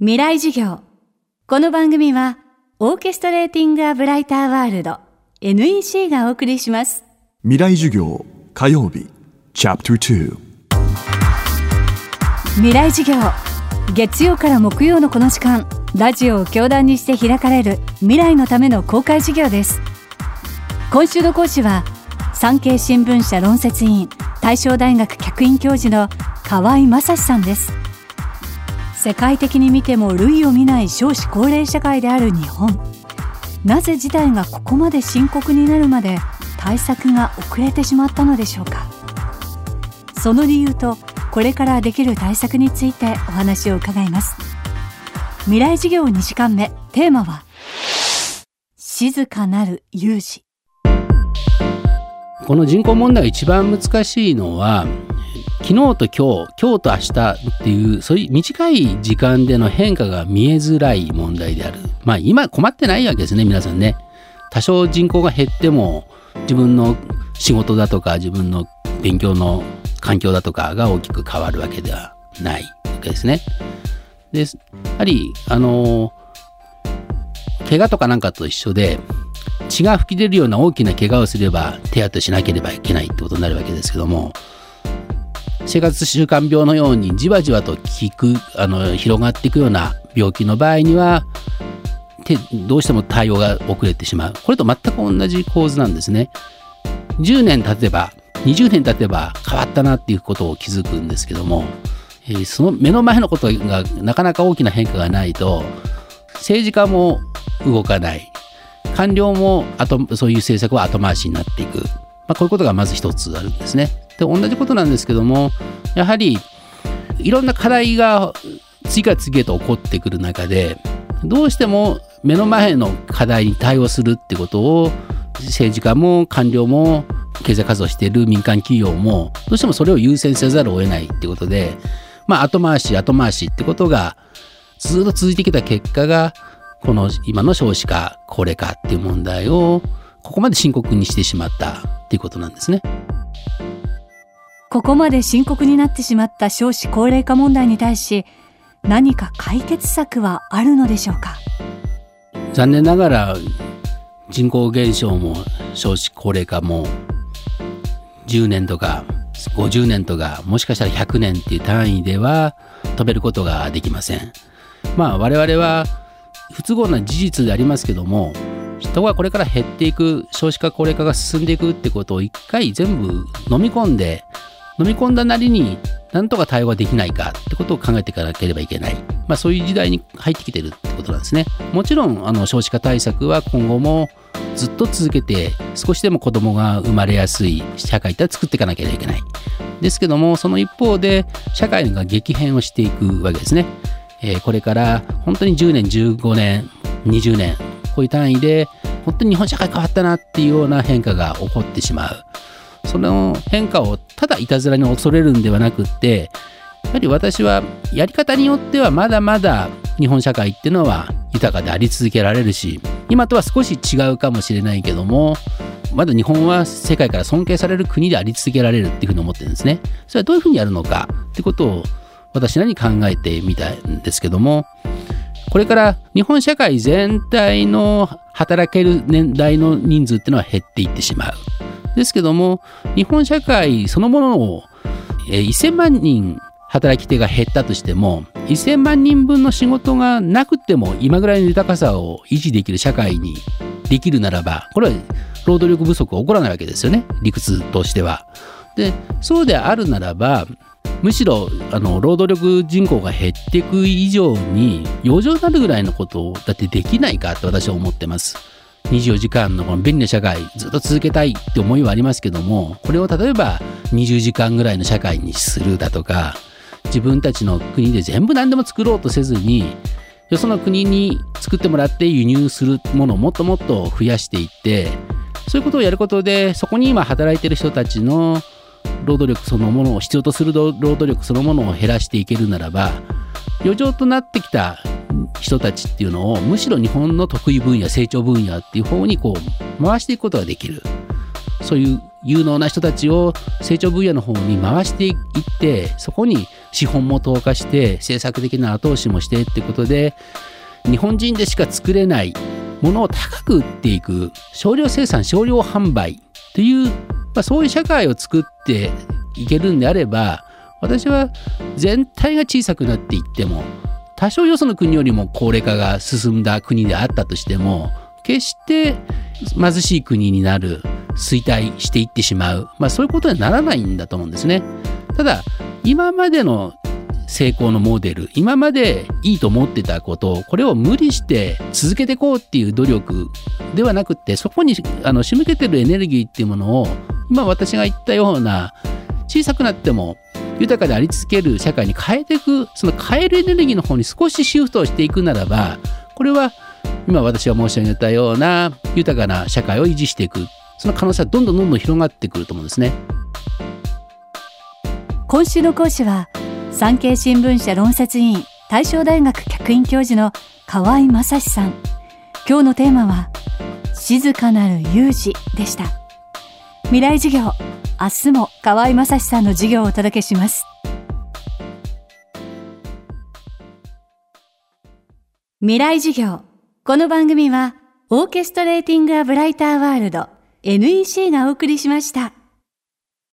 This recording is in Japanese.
未来授業。この番組はオーケストレーティングアブライターワールド NEC がお送りします。 未来授業火曜日チャプター2。 未来授業、月曜から木曜のこの時間、ラジオを教壇にして開かれる未来のための公開授業です。今週の講師は産経新聞社論説委員、大正大学客員教授の河合雅司さんです。世界的に見ても類を見ない少子高齢社会である日本。なぜ事態がここまで深刻になるまで対策が遅れてしまったのでしょうか。その理由とこれからできる対策についてお話を伺います。未来授業2時間目、テーマは静かなる有事。 この人口問題が一番難しいのは、昨日と今日と明日っていう、そういう短い時間での変化が見えづらい問題である。今困ってないわけですね、皆さんね。多少人口が減っても自分の仕事だとか自分の勉強の環境だとかが大きく変わるわけではないわけですね。で、やはり怪我とかなんかと一緒で、血が噴き出るような大きな怪我をすれば手当てしなければいけないってことになるわけですけども、生活習慣病のようにじわじわと広がっていくような病気の場合にはどうしても対応が遅れてしまう。これと全く同じ構図なんですね。10年経てば20年経てば変わったなっていうことを気づくんですけども、その目の前のことがなかなか大きな変化がないと、政治家も動かない、官僚もそういう政策は後回しになっていく、こういうことがまず一つあるんですね。で、同じことなんですけども、やはりいろんな課題が次から次へと起こってくる中で、どうしても目の前の課題に対応するってことを政治家も官僚も経済活動している民間企業もどうしてもそれを優先せざるを得ないってことで、後回しってことがずっと続いてきた結果が、この今の少子化高齢化っていう問題をここまで深刻にしてしまったっていうことなんですね。 ここまで深刻になってしまった少子高齢化問題に対し、何か解決策はあるのでしょうか。 残念ながら人口減少も少子高齢化も10年とか50年とか、もしかしたら100年っていう単位では止めることができません。我々は不都合な事実でありますけども、人がこれから減っていく、少子化高齢化が進んでいくってことを一回全部飲み込んだなりに何とか対応ができないかってことを考えていかなければいけない、そういう時代に入ってきてるってことなんですね。もちろん少子化対策は今後もずっと続けて、少しでも子供が生まれやすい社会って作っていかなければいけないですけども、その一方で社会が激変をしていくわけですね。これから本当に10年15年20年こういう単位で本当に日本社会変わったなっていうような変化が起こってしまう。その変化をただいたずらに恐れるんではなくって、やはり私はやり方によってはまだまだ日本社会っていうのは豊かであり続けられるし、今とは少し違うかもしれないけども、まだ日本は世界から尊敬される国であり続けられるっていうふうに思ってるんですね。それはどういうふうにやるのかってことを私なりに考えてみたんですけども、これから日本社会全体の働ける年代の人数っていうのは減っていってしまう。ですけども、日本社会そのものを1000万人働き手が減ったとしても、1000万人分の仕事がなくても今ぐらいの豊かさを維持できる社会にできるならば、これは労働力不足が起こらないわけですよね、理屈としては。で、そうであるならば、むしろ労働力人口が減っていく以上に余剰になるぐらいのことをだってできないかと私は思ってます。24時間のこの便利な社会ずっと続けたいって思いはありますけども、これを例えば20時間ぐらいの社会にするだとか、自分たちの国で全部何でも作ろうとせずに、よその国に作ってもらって輸入するものをもっともっと増やしていって、そういうことをやることで、そこに今働いている人たちの労働力そのものを必要とする労働力そのものを減らしていけるならば、余剰となってきた人たちっていうのをむしろ日本の得意分野、成長分野っていう方に回していくことができる。そういう有能な人たちを成長分野の方に回していって、そこに資本も投下して政策的な後押しもしてってことで、日本人でしか作れないものを高く売っていく少量生産少量販売という、そういう社会を作っていけるんであれば、私は全体が小さくなっていっても、多少よその国よりも高齢化が進んだ国であったとしても、決して貧しい国になる、衰退していってしまう、そういうことにはならないんだと思うんですね。ただ今までの成功のモデル、今までいいと思ってたこと、これを無理して続けていこうっていう努力ではなくて、そこに仕向けてるエネルギーっていうものを、今私が言ったような小さくなっても豊かであり続ける社会に変えていく、その変えるエネルギーの方に少しシフトをしていくならば、これは今私が申し上げたような豊かな社会を維持していく、その可能性はどんどん広がってくると思うんですね。 今週の講師は産経新聞社論説委員、大正大学客員教授の河合雅司さん。今日のテーマは静かなる有事でした。未来授業、明日も河合雅司さんの授業をお届けします。未来授業。この番組はオーケストレーティング・ア・ブライター・ワールド NEC がお送りしました。